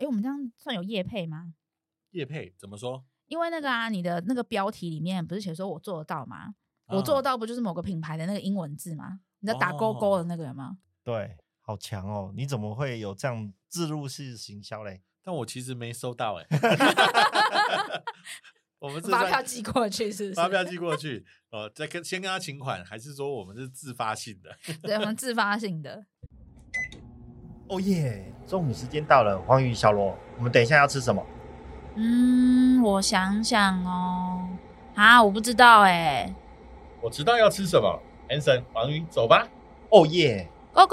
我们这样算有业配吗？ 业配怎么说？ 因为那个啊，你的那个标题里面不是写说我做得到吗？我做得到不就是某个品牌的那个英文字吗？你在打勾勾的那个有吗？ 对，好强哦！你怎么会有这样置入式行销嘞？ 但我其实没收到我们发票寄过去是不是？ 发票寄过去，再先跟他请款，还是说我们是自发性的？ 对，我们自发性的。 哦耶！中午时间到了，黄鱼、小罗，我们等一下要吃什么？ 我想想哦，我不知道我知道要吃什么 ，Hanson 黄鱼，走吧。 哦耶 ，Go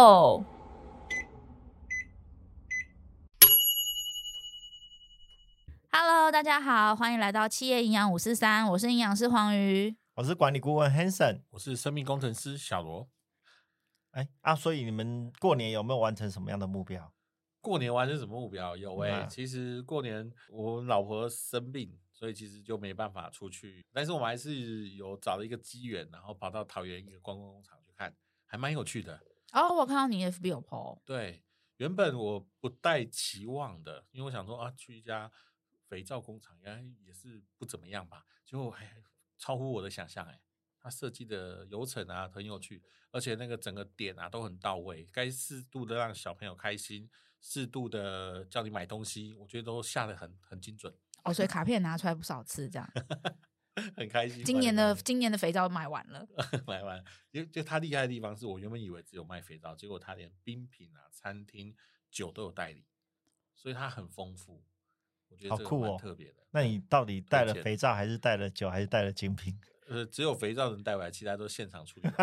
Go！Hello， 大家好，欢迎来到企业营养543，我是营养师黄鱼， 我是管理顾问 Hanson， 我是生命工程师小罗。 所以你们过年有没有完成什么样的目标？ 过年完成什么目标？有其实过年我老婆生病，所以其实就没办法出去，但是我们还是有找了一个机缘，然后跑到桃园一个观光工厂去看，还蛮有趣的。 我看到你 FB 有 po。 对，原本我不带期望的，因为我想说去一家肥皂工厂应该也是不怎么样吧，结果超乎我的想象他设计的流程很有趣，而且那个整个点都很到位，该适度的让小朋友开心，适度的叫你买东西，我觉得都下得很精准。 所以卡片拿出来不少次这样。 很开心。 今年的肥皂买完了。 买完，就他厉害的地方是我原本以为只有卖肥皂，结果他连冰品餐厅、酒都有代理，所以他很丰富。我觉得这个蛮特别的。 那你到底带了肥皂，还是带了酒，还是带了精品？ 只有肥皂能带回来，其他都现场处理。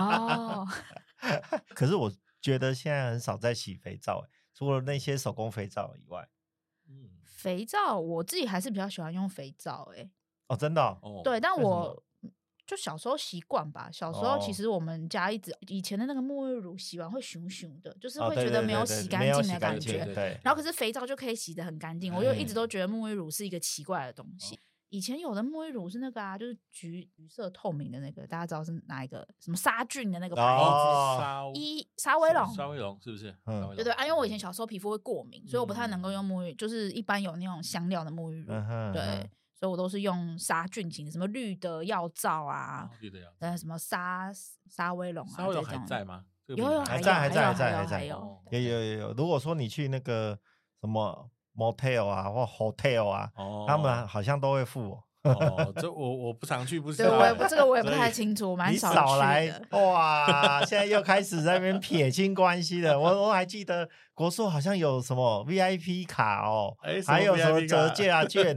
可是我觉得现在很少在洗肥皂，除了那些手工肥皂以外。 肥皂我自己还是比较喜欢用肥皂真的对，但我就小时候习惯吧。小时候其实我们家以前的那个沐浴乳洗完会熊熊的，就是会觉得没有洗干净的感觉。然后可是肥皂就可以洗得很干净，我就一直都觉得沐浴乳是一个奇怪的东西。以前有的沐浴乳是那个就是橘色透明的那个，大家知道是哪一个？什么杀菌的那个牌子？沙威龙， 沙威龙是不是？ 对，因为我以前小时候皮肤会过敏，所以我不太能够用沐浴，就是一般有那种香料的沐浴乳，对，所以我都是用杀菌型的，什么绿的药皂绿的药皂， 什么沙威龙沙威龙还在吗？ 有， 还在， 有。 如果说你去那个什么motel 或 hotel 他们好像都会付这我不常去，不是？ 对，这个我也不太清楚，蛮少去的。 你少来哇！现在又开始在那边撇清关系了。我还记得国硕好像有什么 VIP 卡还有什么折价券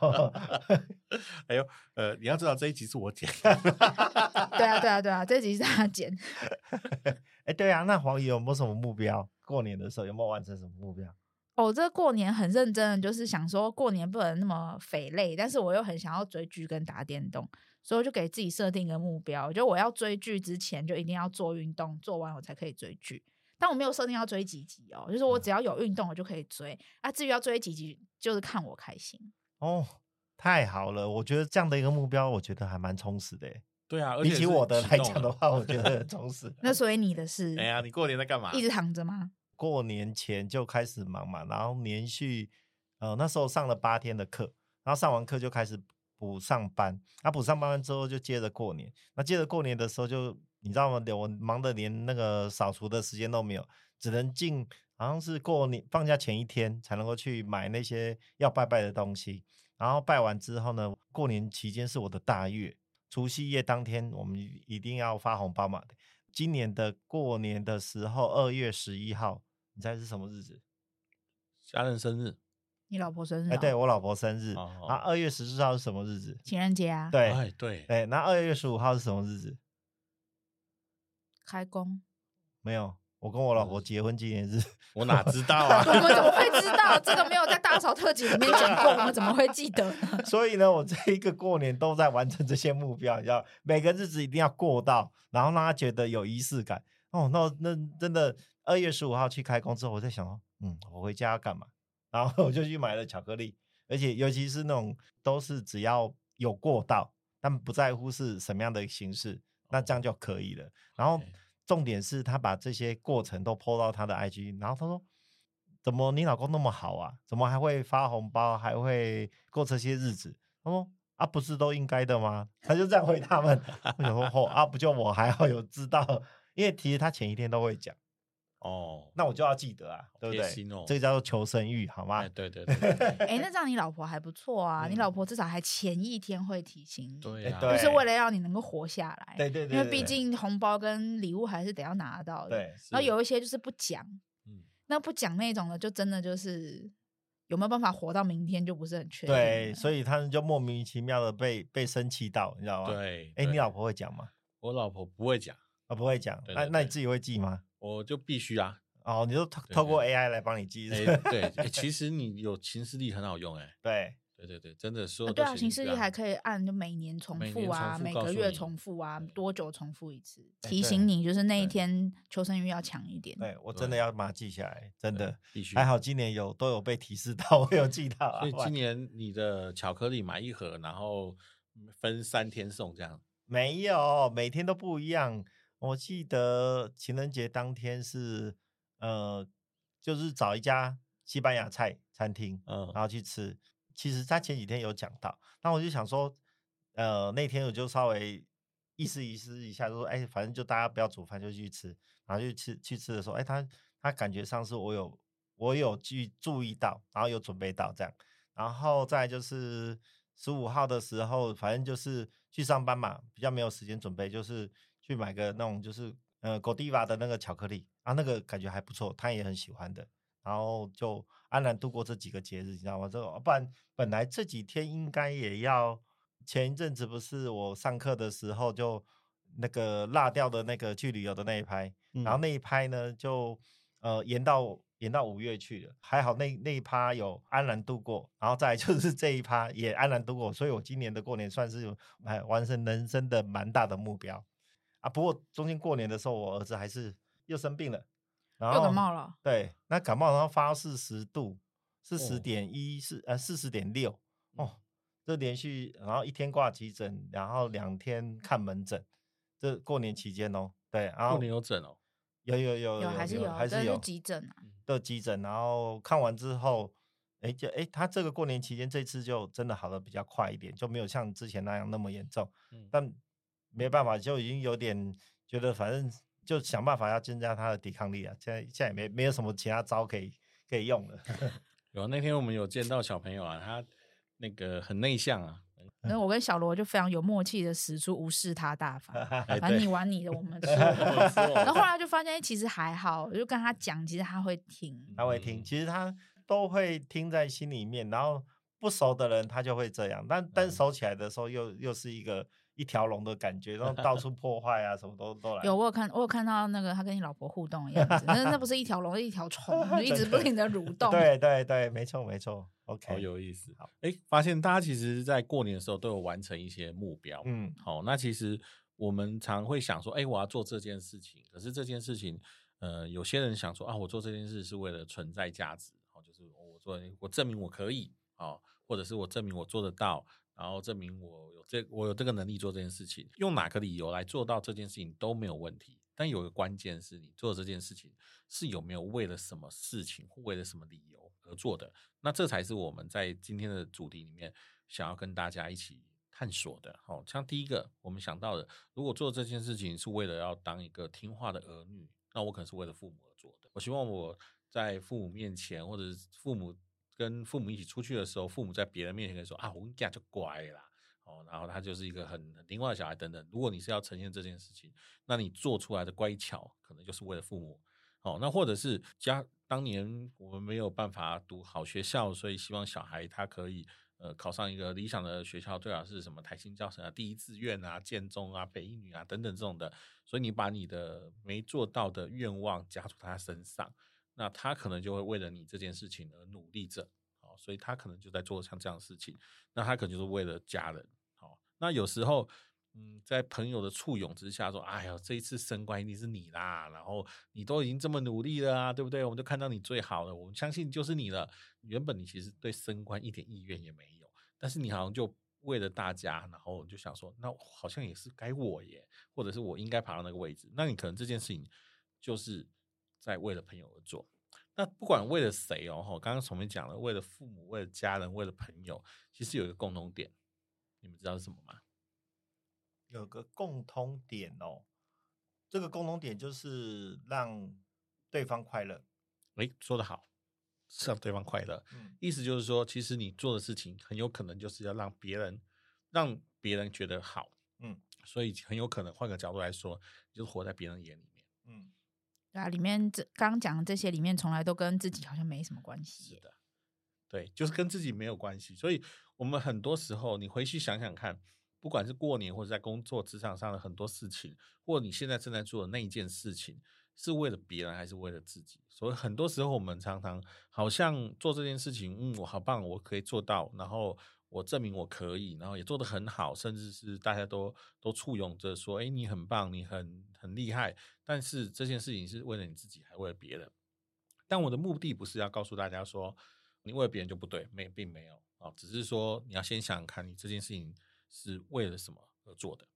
你要知道这一集是我剪。 对啊，这一集是他剪。 对啊，那黄宇有没有什么目标？过年的时候有没有完成什么目标？ 这个过年很认真的，就是想说过年不能那么肥累，但是我又很想要追剧跟打电动，所以我就给自己设定一个目标，就我要追剧之前就一定要做运动，做完我才可以追剧。但我没有设定要追几集就是我只要有运动我就可以追至于要追几集就是看我开心。 太好了，我觉得这样的一个目标我觉得还蛮充实的对啊， 比起我的来讲的话我觉得很充实。 那所以你的是你过年在干嘛？ 一直躺着吗？ 过年前就开始忙嘛，然后连续那时候上了8天的课，然后上完课就开始补上班，补上班之后就接着过年。那接着过年的时候就你知道吗？我忙得连那个扫除的时间都没有，只能好像是过年放假前1天才能够去买那些要拜拜的东西。然后拜完之后呢，过年期间是我的大月，除夕夜当天我们一定要发红包嘛。今年的过年的时候2月11号，你猜是什么日子？ 家人生日。 你老婆生日？ 对，我老婆生日。2月14号是什么日子？ 情人节啊。 对对。 那2月15号是什么日子？ 开工。 没有，我跟我老婆结婚纪念日。 我哪知道我们怎么会知道？这个没有在大嫂特辑里面讲过，我们怎么会记得呢？ 所以呢，我这一个过年都在完成这些目标，你知道，每个日子一定要过到，然后让他觉得有仪式感。那真的2月15号去开工之后，我在想我回家要干嘛？然后我就去买了巧克力，而且尤其是那种都是只要有过到，但不在乎是什么样的形式，那这样就可以了。然后重点是他把这些过程都 po 到他的 IG， 然后他说怎么你老公那么好啊？怎么还会发红包，还会过这些日子？他说啊，不是都应该的吗？他就这样回他们。我想说啊，不就我还要有知道，因为其实他前一天都会讲。那我就要记得啊，对不对？这个叫做求生欲，好吗？ 对。 那这样你老婆还不错啊，你老婆至少还前一天会提醒你， 对啊， 就是为了要你能够活下来。 对，因为毕竟红包跟礼物还是得要拿到的。 对， 然后有一些就是不讲，那不讲那种的，就真的就是有没有办法活到明天就不是很确定。 对，所以他们就莫名其妙的被生气到，你知道吗？ 对， 你老婆会讲吗？ 我老婆不会讲， 不会讲。那你自己会记吗？ 我就必须啊。 你就透过 AI 来帮你记。 对，其实你有行事历很好用。对，真的说对啊，行事历还可以按就每年重复啊，每个月重复啊，多久重复一次，提醒你就是那一天求生欲要强一点。 对，我真的要把它记下来，真的必须。 还好今年都有被提示到，我有记到。 所以今年你的巧克力买一盒，然后分3天送这样？ 没有，每天都不一样。我记得情人节当天是就是找一家西班牙菜餐厅，然后去吃。其实他前几天有讲到，那我就想说，那天我就稍微意思一下，就说，反正就大家不要煮饭就去吃，然后去吃的时候，他感觉上是我有去注意到，然后有准备到这样，然后再来就是15号的时候，反正就是去上班嘛，比较没有时间准备，就是去买个那种就是Godiva 的那个巧克力啊，那个感觉还不错，他也很喜欢的。然后就安然度过这几个节日，你知道吗？不然本来这几天应该也要，前一阵子不是我上课的时候就那个落掉的那个去旅游的那一拍，然后那一拍呢就延到5月去了，还好那一趴有安然度过，然后再来就是这一趴也安然度过，所以我今年的过年算是完成人生的蛮大的目标啊。不过中间过年的时候，我儿子还是又生病了。 又感冒了， 对，那感冒然后发40度，40.1 40.6这连续，然后1天挂急诊，然后2天看门诊，这过年期间对，然后过年有诊有还是有急诊啊， 的急诊，然后看完之后，他这个过年期间这次就真的好的比较快一点，就没有像之前那样那么严重，但没办法，就已经有点觉得反正。就想办法要增加他的抵抗力啊！现在也没有什么其他招可以用了。 有那天我们有见到小朋友啊，他那个很内向啊。 那我跟小罗就非常有默契的使出无视他大法，反正你玩你的，我们吃。然后后来就发现其实还好，我就跟他讲，其实他会听， 其实他都会听在心里面。然后不熟的人他就会这样，但熟起来的时候又是一条龙的感觉，然后到处破坏啊，什么都来。 我有看到那个他跟你老婆互动的样子，那不是一条龙，是一条虫，就一直不停的蠕动。 对，没错。OK， 好有意思。好，发现大家其实在过年的时候都有完成一些目标。好，那其实我们常会想说，我要做这件事情，可是这件事情，有些人想说啊，我做这件事是为了存在价值，就是我证明我可以，或者是我证明我做得到。然后证明我有这个能力做这件事情，用哪个理由来做到这件事情都没有问题。但有个关键是你做这件事情是有没有为了什么事情或为了什么理由而做的，那这才是我们在今天的主题里面想要跟大家一起探索的。像第一个我们想到的，如果做这件事情是为了要当一个听话的儿女，那我可能是为了父母而做的。我希望我在父母面前，或者是跟父母一起出去的时候，父母在别人面前说啊，我跟你讲就乖啦，然后他就是一个很听话的小孩等等。如果你是要呈现这件事情，那你做出来的乖巧可能就是为了父母。那或者是当年我们没有办法读好学校，所以希望小孩他可以考上一个理想的学校，最好是什么台清交成啊、第一志愿啊、建中啊、北一女啊等等这种的。所以你把你的没做到的愿望加注他身上。那他可能就会为了你这件事情而努力着，所以他可能就在做像这样的事情。那他可能就是为了家人。那有时候在朋友的簇拥之下说，哎呦，这一次升官一定是你啦，然后你都已经这么努力了啊，对不对？我们就看到你最好了，我们相信就是你了。原本你其实对升官一点意愿也没有，但是你好像就为了大家，然后就想说，那好像也是该我耶，或者是我应该爬到那个位置。那你可能这件事情就是在为了朋友而做。 那不管为了谁哦，刚刚前面讲了，为了父母，为了家人，为了朋友，其实有一个共同点，你们知道是什么吗？ 有个共通点哦，这个共同点就是让对方快乐。 说得好，是让对方快乐。意思就是说，其实你做的事情很有可能就是要让别人觉得好。所以很有可能换个角度来说，就是活在别人眼里面。 对啊，里面刚刚讲的这些里面，从来都跟自己好像没什么关系。 是的，对，就是跟自己没有关系。所以我们很多时候，你回去想想看，不管是过年或者在工作职场上的很多事情，或你现在正在做的那一件事情，是为了别人还是为了自己？所以很多时候我们常常好像做这件事情，我好棒，我可以做到，然后我证明我可以，然后也做得很好，甚至是大家都簇拥着说，你很棒，你很厉害。但是这件事情是为了你自己，还为了别人。但我的目的不是要告诉大家说，你为了别人就不对，并没有啊，只是说你要先想想看，你这件事情是为了什么而做的。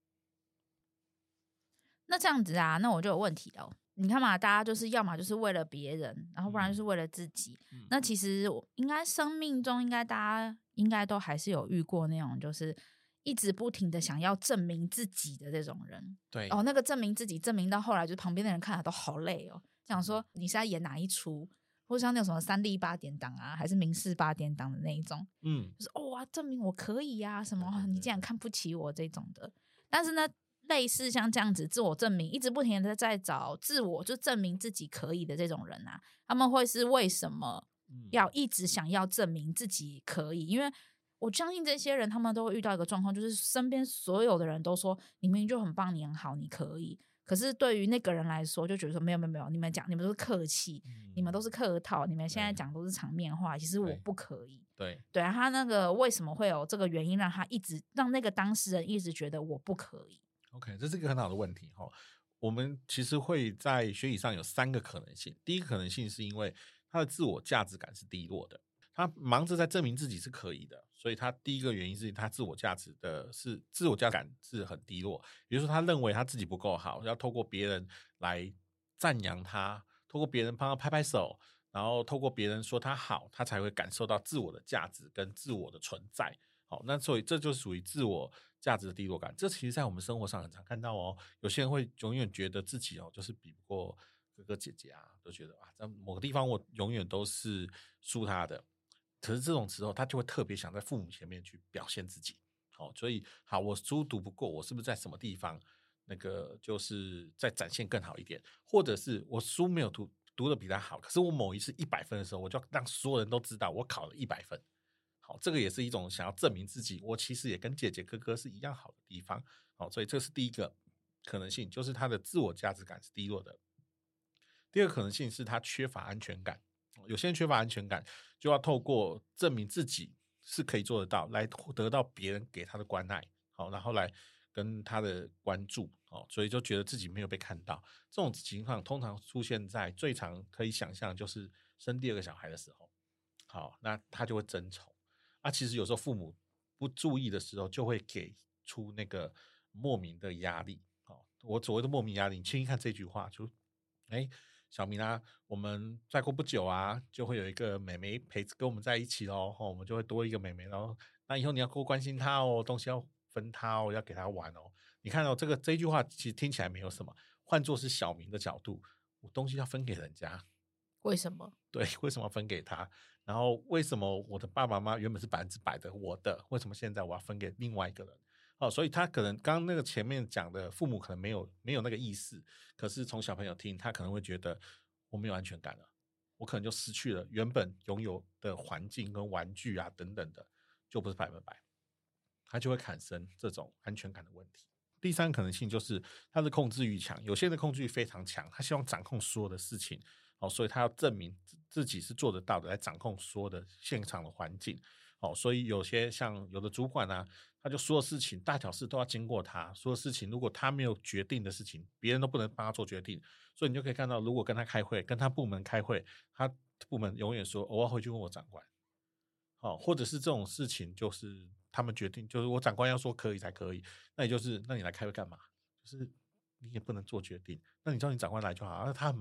那这样子啊，那我就有问题了。你看嘛，大家就是要么就是为了别人，然后不然就是为了自己。那其实应该生命中大家应该都还是有遇过那种就是一直不停的想要证明自己的这种人。 对哦，那个证明自己，证明到后来就是旁边的人看了都好累哦，想说你是在演哪一出，或者像那种什么3立8点档啊，还是民视8点档的那一种，就是哇，证明我可以啊，什么你竟然看不起我这种的。但是呢，类似像这样子自我证明，一直不停的在找自我就证明自己可以的这种人啊，他们会是为什么要一直想要证明自己可以？因为我相信这些人他们都会遇到一个状况，就是身边所有的人都说你明明就很棒，你很好，你可以。可是对于那个人来说，就觉得说没有，你们讲你们都是客气，你们都是客套，你们现在讲都是场面话，其实我不可以。对啊，他那个为什么会有这个原因，让他一直让那个当事人一直觉得我不可以 ？OK， 这是一个很好的问题哈。我们其实会在学理上有3个可能性。第一个可能性是因为他的自我价值感是低落的，他忙着在证明自己是可以的，所以他第一个原因是他自我价值感是很低落。比如说他认为他自己不够好，要透过别人来赞扬他，透过别人帮他拍拍手，然后透过别人说他好，他才会感受到自我的价值跟自我的存在。好，那所以这就属于自我价值的低落感。这其实在我们生活上很常看到哦。有些人会永远觉得自己就是比不过哥哥姐姐啊，都觉得在某个地方我永远都是输他的。可是这种时候他就会特别想在父母前面去表现自己。好，所以好，我书读不过，我是不是在什么地方那个就是再展现更好一点？或者是我书没有读得比他好，可是我某一次100分的时候，我就要让所有人都知道我考了100分。好，这个也是一种想要证明自己，我其实也跟姐姐哥哥是一样好的地方。好，所以这是第一个可能性，就是他的自我价值感是低落的。第二个可能性是他缺乏安全感。有些人缺乏安全感，就要透过证明自己是可以做得到，来得到别人给他的关爱，好，然后来跟他的关注，所以就觉得自己没有被看到。这种情况通常出现在最常可以想象就是生第2个小孩的时候。好，那他就会争宠。其实有时候父母不注意的时候，就会给出那个莫名的压力。我所谓的莫名压力，你听听看这句话，就小明啊，我们再过不久啊，就会有一个妹妹跟我们在一起咯，我们就会多一个妹妹咯。那以后你要多关心她哦，东西要分她哦，要给她玩哦。你看哦，这句话其实听起来没有什么，换作是小明的角度，我东西要分给人家， 为什么？ 对，为什么要分给他？然后为什么我的爸爸妈妈原本是100%的我的，为什么现在我要分给另外一个人？所以他可能刚刚那个前面讲的父母可能没有那个意思，可是从小朋友听，他可能会觉得我没有安全感了，我可能就失去了原本拥有的环境跟玩具啊等等的，就不是100%，他就会产生这种安全感的问题。第3个可能性就是他的控制欲强，有些人的控制欲非常强，他希望掌控所有的事情，所以他要证明自己是做得到的，来掌控所有的现场的环境。所以有些像有的主管啊，他就所有事情大小事都要经过他，所有事情如果他没有决定的事情，别人都不能帮他做决定。所以你就可以看到，如果跟他开会，跟他部门开会，他部门永远说我要回去问我长官。或者是这种事情就是他们决定，就是我长官要说可以才可以，那也就是那你来开会干嘛？就是你也不能做决定，那你叫你长官来就好，他很忙，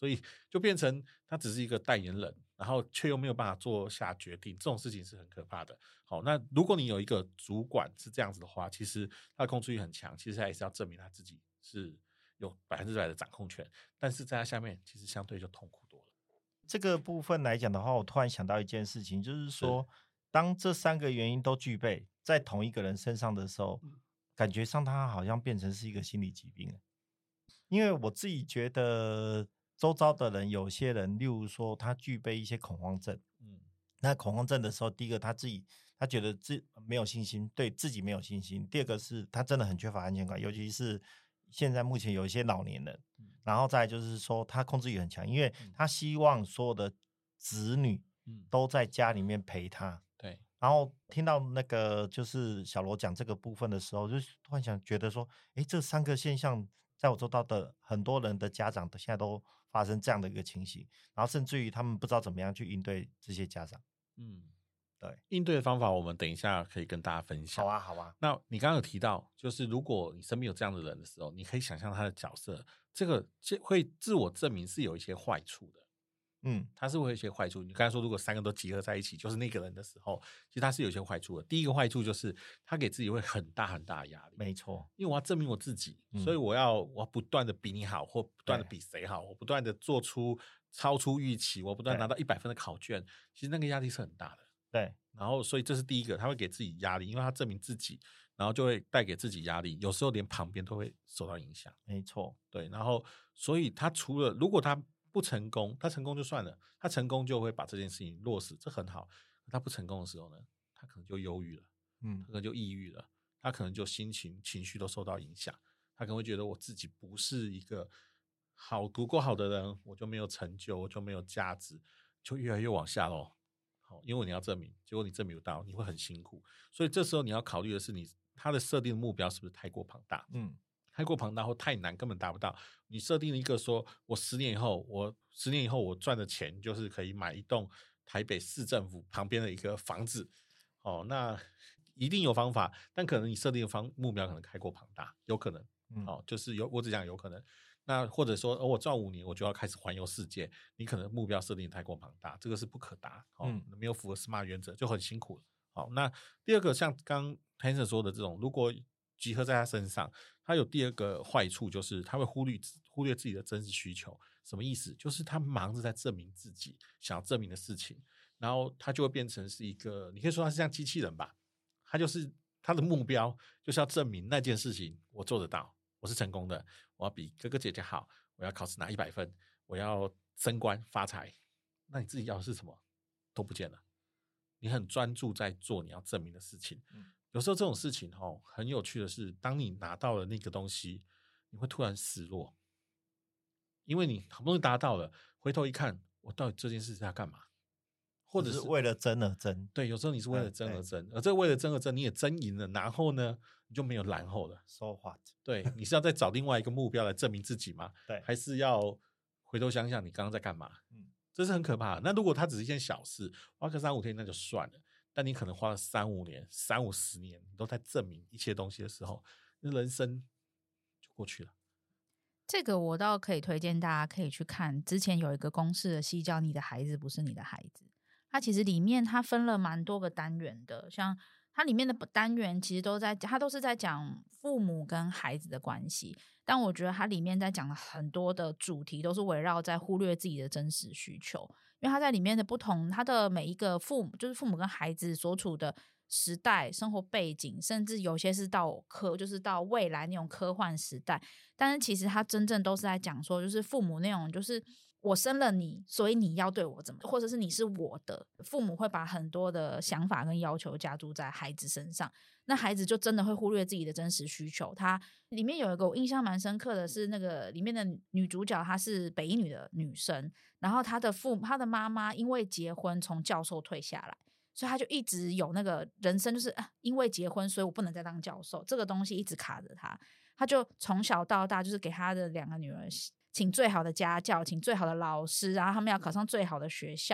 所以就变成他只是一个代言人，然后却又没有办法做下决定，这种事情是很可怕的。好，那如果你有一个主管是这样子的话，其实他的控制欲很强，其实他也是要证明他自己是有100%的掌控权，但是在他下面其实相对就痛苦多了。 这个部分来讲的话，我突然想到一件事情，就是说当这3个原因都具备在同一个人身上的时候，感觉上他好像变成是一个心理疾病了。因为我自己觉得周遭的人，有些人例如说他具备一些恐慌症，那恐慌症的时候，第一个他觉得没有信心，对自己没有信心，第二个是他真的很缺乏安全感，尤其是现在目前有一些老年人，然后再来就是说他控制欲很强，因为他希望所有的子女都在家里面陪他， 对。 然后听到那个就是小罗讲这个部分的时候，就突然想觉得说，这3个现象在我周遭的很多人的家长现在都发生这样的一个情形，然后甚至于他们不知道怎么样去应对这些家长。对， 应对的方法我们等一下可以跟大家分享。 好啊。 那你刚刚有提到，就是如果你身边有这样的人的时候，你可以想象他的角色，这个会自我证明是有一些坏处的。他是会有一些坏处。你刚才说如果3个都集合在一起就是那个人的时候，其实他是有一些坏处的。第一个坏处就是他给自己会很大很大的压力。 没错， 因为我要证明我自己，所以我要不断的比你好，或不断的比谁好，我不断的做出超出预期，我不断拿到100分的考卷，其实那个压力是很大的。 对， 然后所以这是第一个，他会给自己压力，因为他证明自己，然后就会带给自己压力，有时候连旁边都会受到影响。 没错， 对，然后所以他除了如果他不成功，他成功就算了，他成功就会把这件事情落实，这很好。他不成功的时候呢，他可能就忧郁了，他可能就抑郁了，他可能就情绪都受到影响，他可能会觉得我自己不是一个足够好的人，我就没有成就，我就没有价值，就越来越往下咯。因为你要证明，结果你证明不到，你会很辛苦。所以这时候你要考虑的是他的设定的目标是不是太过庞大？太过庞大或太难，根本达不到。你设定了一个说，我10年以后我赚的钱就是可以买一栋台北市政府旁边的一个房子。那一定有方法，但可能你设定的目标可能太过庞大，有可能。就是我只讲有可能。那或者说我赚5年我就要开始环游世界，你可能目标设定太过庞大，这个是不可达。没有符合 SMART 原则就很辛苦了。好，那第二个像刚 Hanson 说的这种，如果集合在他身上，他有第二个坏处，就是他会忽略自己的真实需求。什么意思？就是他忙着在证明自己想要证明的事情，然后他就会变成是一个，你可以说他是像机器人吧，他就是他的目标就是要证明那件事情我做得到，我是成功的，我要比哥哥姐姐好，我要考试拿100分，我要升官发财。那你自己要的是什么？都不见了。你很专注在做你要证明的事情。有时候这种事情很有趣的是，当你拿到了那个东西，你会突然失落，因为你好不容易达到了，回头一看，我到底这件事是要干嘛？或者是为了争而争。 对，有时候你是为了争而争，而这为了争而争，你也争赢了，然后呢，你就没有然后了。 So what？ 对，你是要再找另外一个目标来证明自己吗？ 对， 还是要回头想想你刚刚在干嘛？这是很可怕的。那如果它只是一件小事，花个3-5天那就算了，但你可能花了3-5年、30-50年，你都在证明一切东西的时候，那人生就过去了。 这个我倒可以推荐大家可以去看，之前有一个公视的戏叫《你的孩子不是你的孩子》，它其实里面它分了蛮多个单元的，像它里面的单元其实它都是在讲父母跟孩子的关系，但我觉得它里面在讲了很多的主题都是围绕在忽略自己的真实需求，因为它在里面的不同，它的每一个父母就是父母跟孩子所处的时代、生活背景，甚至有些是就是到未来那种科幻时代，但是其实它真正都是在讲说，就是父母那种就是我生了你，所以你要对我怎么，或者是你是我的。父母会把很多的想法跟要求加注在孩子身上，那孩子就真的会忽略自己的真实需求。它里面有一个我印象蛮深刻的是，那个里面的女主角她是北一女的女生，然后她的妈妈因为结婚从教授退下来，所以她就一直有那个人生就是因为结婚所以我不能再当教授，这个东西一直卡着她。她就从小到大就是给她的2个女儿请最好的家教，请最好的老师，然后他们要考上最好的学校。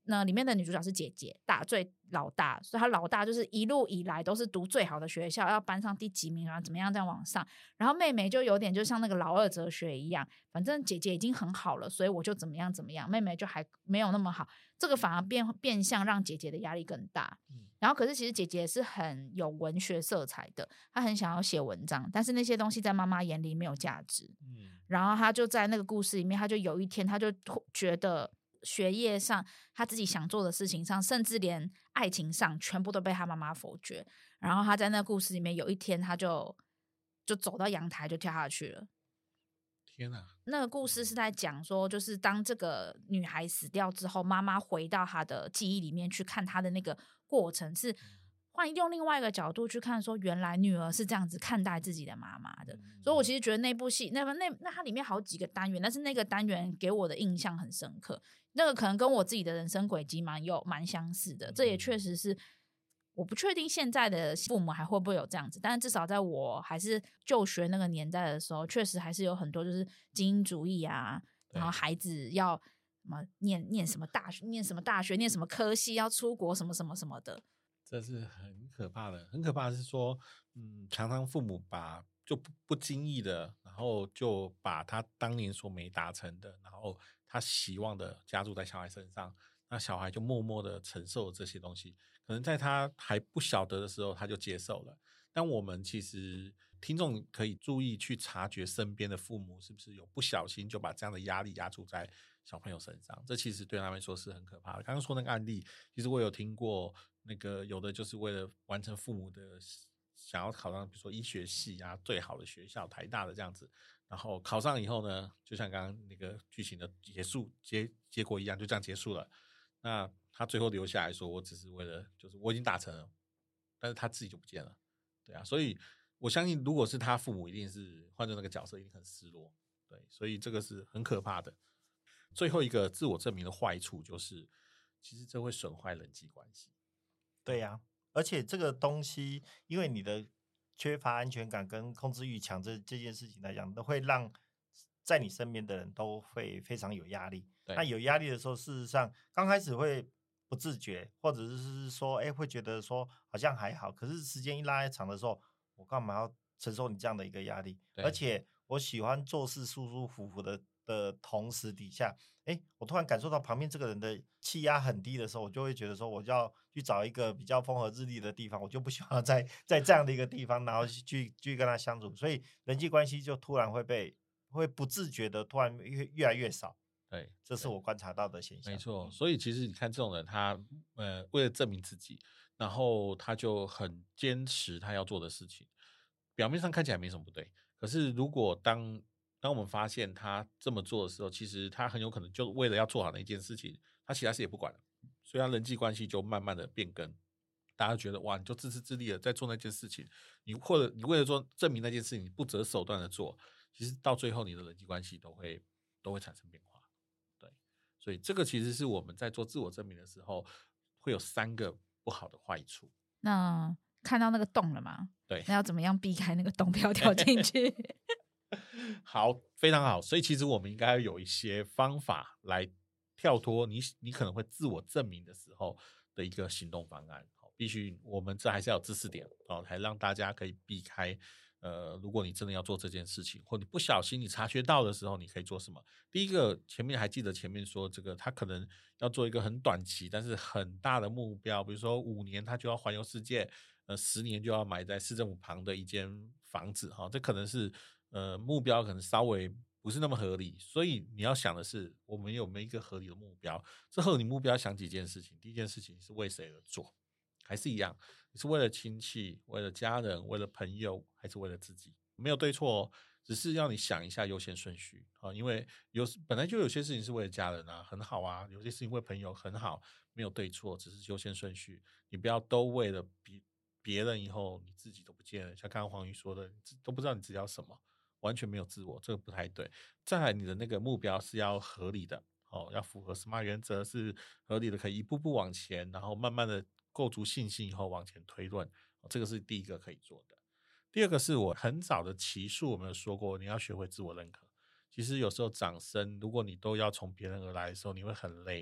那里面的女主角是姐姐，最老大，所以她老大就是一路以来都是读最好的学校，要班上第几名啊，怎么样这样往上。然后妹妹就有点就像那个老二哲学一样，反正姐姐已经很好了，所以我就怎么样怎么样，妹妹就还没有那么好。这个反而变相让姐姐的压力更大。然后可是其实姐姐是很有文学色彩的，她很想要写文章，但是那些东西在妈妈眼里没有价值。然后她就在那个故事里面，她就有一天她就觉得学业上她自己想做的事情上，甚至连爱情上全部都被她妈妈否决。然后她在那个故事里面有一天她就走到阳台就跳下去了。 天哪！ 那个故事是在讲说，就是当这个女孩死掉之后，妈妈回到她的记忆里面去看她的那个过程，是用另外一个角度去看，说原来女儿是这样子看待自己的妈妈的。所以我其实觉得那部戏，那它里面好几个单元，但是那个单元给我的印象很深刻。那个可能跟我自己的人生轨迹蛮相似的，这也确实是。我不确定现在的父母还会不会有这样子，但是至少在我还是就学那个年代的时候，确实还是有很多就是精英主义啊，然后孩子要什么念什么大学，念什么大学，念什么科系，要出国什么什么什么的， 这是很可怕的。很可怕的是说，常常父母就不经意的，然后就把他当年所没达成的，然后他希望的加注在小孩身上，那小孩就默默的承受这些东西。可能在他还不晓得的时候他就接受了，但我们其实听众可以注意去察觉身边的父母是不是有不小心就把这样的压力压注在小朋友身上，这其实对他们说是很可怕的。刚刚说那个案例，其实我有听过，那个有的就是为了完成父母的想要考上比如说医学系啊，最好的学校台大的这样子，然后考上以后呢，就像刚刚那个剧情的结果一样，就这样结束了。那他最后留下来说，我只是为了就是我已经达成了，但是他自己就不见了。对啊，所以我相信如果是他父母一定是换成那个角色一定很失落。对，所以这个是很可怕的。最后一个自我证明的坏处就是其实这会损坏人际关系。 对啊，而且这个东西因为你的缺乏安全感跟控制欲强这件事情来讲，都会让在你身边的人都会非常有压力。那有压力的时候，事实上刚开始会不自觉，或者是说会觉得说好像还好，可是时间一拉长的时候，我干嘛要承受你这样的一个压力？而且我喜欢做事舒舒服服的同时底下，我突然感受到旁边这个人的气压很低的时候，我就会觉得说我就要去找一个比较风和日丽的地方，我就不喜欢在这样的一个地方，然后去跟他相处，所以人际关系就突然会不自觉的突然越来越少。 对， 这是我观察到的现象。 没错，所以其实你看这种人，他为了证明自己，然后他就很坚持他要做的事情，表面上看起来没什么不对，可是如果当我们发现他这么做的时候，其实他很有可能就为了要做好那一件事情，他其他事也不管了，所以他人际关系就慢慢的变更。大家觉得哇，你就自私自利的在做那件事情，或者你为了证明那件事情，你不择手段的做，其实到最后你的人际关系都会产生变化。所以这个其实是我们在做自我证明的时候会有3个不好的坏处。 那看到那个洞了吗？ 对， 那要怎么样避开那个洞，不要掉进去？ 好，非常好。所以其实我们应该有一些方法来跳脱你可能会自我证明的时候的一个行动方案。必须我们这还是要有知识点才让大家可以避开。如果你真的要做这件事情，或你不小心你察觉到的时候，你可以做什么？第一个，前面还记得前面说这个，他可能要做一个很短期但是很大的目标，比如说5年他就要环游世界，10年就要买在市政府旁的一间房子这可能是目标可能稍微不是那么合理，所以你要想的是我们有没有一个合理的目标？这合理目标想几件事情，第一件事情是为谁而做？还是一样，你是为了亲戚，为了家人，为了朋友，还是为了自己？没有对错只是要你想一下优先顺序因为本来就有些事情是为了家人啊，很好啊，有些事情为朋友很好，没有对错，只是优先顺序。你不要都为了别人以后你自己都不见了，像刚刚黄瑜说的，你都不知道你自己要什么，完全没有自我，这个不太对。再来，你的那个目标是要合理的要符合 SMART 原则，是合理的，可以一步步往前，然后慢慢的构筑信心以后往前推论，这个是第一个可以做的。第二个是我很早的期数我们有说过，你要学会自我认可。其实有时候掌声如果你都要从别人而来的时候，你会很累，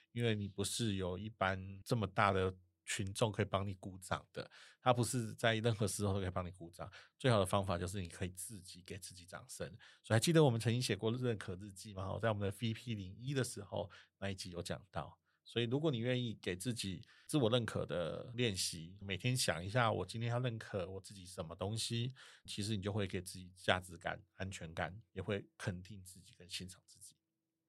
因为你不是有一般这么大的群众可以帮你鼓掌的，他不是在任何时候都可以帮你鼓掌。最好的方法就是你可以自己给自己掌声。所以还记得我们曾经写过认可日记吗？在我们的 VP01 的时候那一集有讲到。所以如果你愿意给自己自我认可的练习，每天想一下我今天要认可我自己什么东西，其实你就会给自己价值感、安全感，也会肯定自己跟欣赏自己。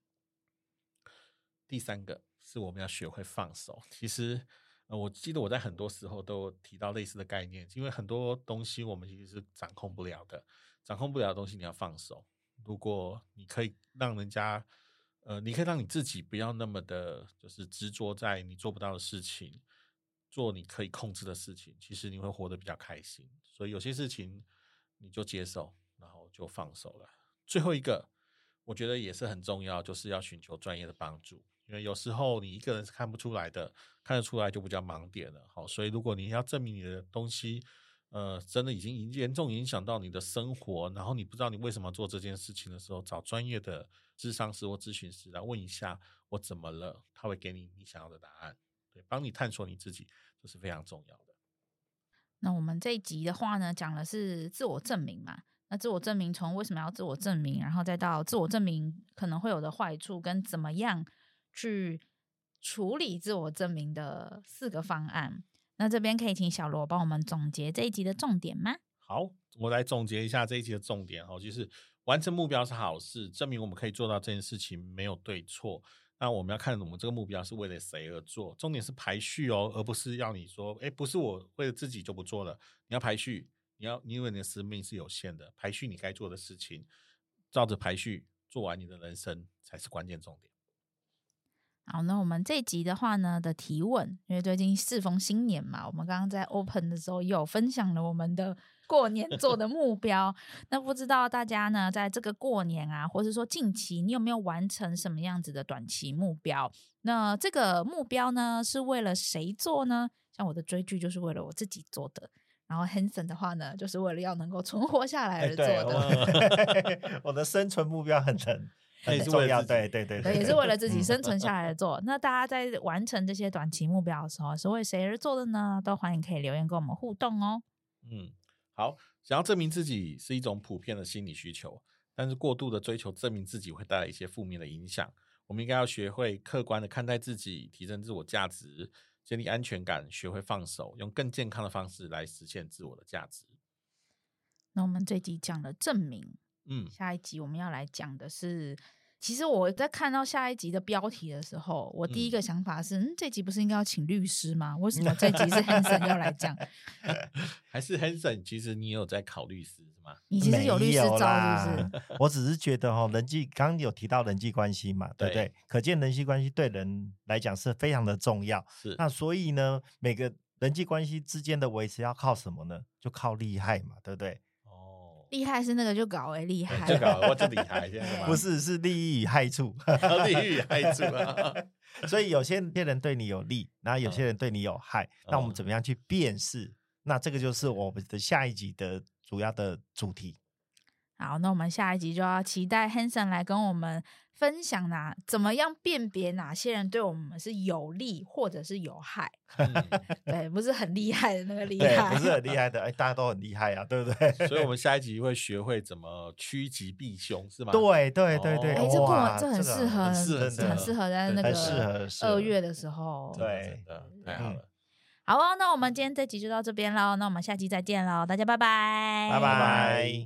第三个是我们要学会放手。其实我记得我在很多时候都提到类似的概念，因为很多东西我们其实是掌控不了的，掌控不了的东西你要放手。如果你可以让人家你可以让你自己不要那么的就是执着在你做不到的事情，做你可以控制的事情，其实你会活得比较开心。所以有些事情你就接受，然后就放手了。最后一个我觉得也是很重要，就是要寻求专业的帮助，因为有时候你一个人是看不出来的，看得出来就比较盲点了。好，所以如果你要证明你的东西真的已经严重影响到你的生活，然后你不知道你为什么做这件事情的时候，找专业的諮商师或咨询师来问一下我怎么了，他会给你想要的答案，对，帮你探索你自己，这是非常重要的。 那我们这一集的话呢，讲的是自我证明嘛。那自我证明从为什么要自我证明，然后再到自我证明可能会有的坏处，跟怎么样去处理自我证明的4个方案。那这边可以请小罗帮我们总结这一集的重点吗？ 好，我来总结一下这一集的重点，就是完成目标是好事，证明我们可以做到这件事情没有对错。那我们要看我们这个目标是为了谁而做，重点是排序而不是要你说不是我为了自己就不做了，你要排序，你因为你的生命是有限的，排序你该做的事情，照着排序做完你的人生才是关键重点。 好，那我们这一集的话呢的提问，因为最近适逢新年嘛，我们刚刚在 open 的时候也有分享了我们的过年做的目标那不知道大家呢在这个过年啊，或是说近期你有没有完成什么样子的短期目标？那这个目标呢是为了谁做呢？像我的追剧就是为了我自己做的，然后 Hanson 的话呢就是为了要能够存活下来而做的我的生存目标很重要，对， 也是为了自己生存下来的做。那大家在完成这些短期目标的时候是为谁而做的呢？都欢迎可以留言跟我们互动哦。 好，想要证明自己是一种普遍的心理需求，但是过度的追求证明自己会带来一些负面的影响。我们应该要学会客观的看待自己，提升自我价值，建立安全感，学会放手，用更健康的方式来实现自我的价值。 那我们这集讲了证明，下一集我们要来讲的是，其实我在看到下一集的标题的时候，我第一个想法是这集不是应该要请律师吗？为什么这集是 Hanson 要来讲？ 还是 Hanson 其实你有在考律师是吗？ 你其实有律师照是不是？ 我只是觉得刚刚有提到人际关系嘛，对不对？可见人际关系对人来讲是非常的重要。 是， 那所以呢，每个人际关系之间的维持要靠什么呢？就靠利害嘛，对不对？ 厉害是那个就搞厉害， 就搞我就厉害， 不是，是利益与害处， 利益与害处所以有些人对你有利，然后有些人对你有害，那我们怎么样去辨识？那这个就是我们的下一集的主要的主题。 好，那我们下一集就要期待 Hanson 来跟我们分享怎么样辨别哪些人对我们是有利或者是有害。对，不是很厉害的那个厉害， 对，不是很厉害的，大家都很厉害啊，对不对？ 所以我们下一集会学会怎么趋吉避凶，是吗？ 对，这很适合，很适合在那个2月的时候。 对， 太好了。 好哦，那我们今天这集就到这边咯，那我们下集再见咯，大家拜拜， 拜拜。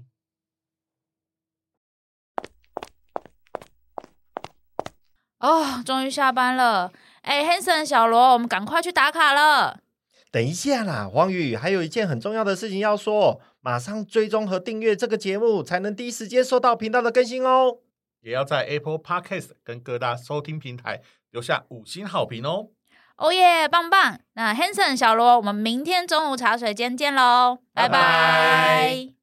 终于下班了。Hanson 小罗，我们赶快去打卡了。 等一下啦，黄宇，还有一件很重要的事情要说，马上追踪和订阅这个节目，才能第一时间收到频道的更新哦。 也要在 Apple Podcast 跟各大收听平台留下5星好评哦。 哦耶，棒棒！那 Hanson 小罗，我们明天中午茶水间见咯，拜拜。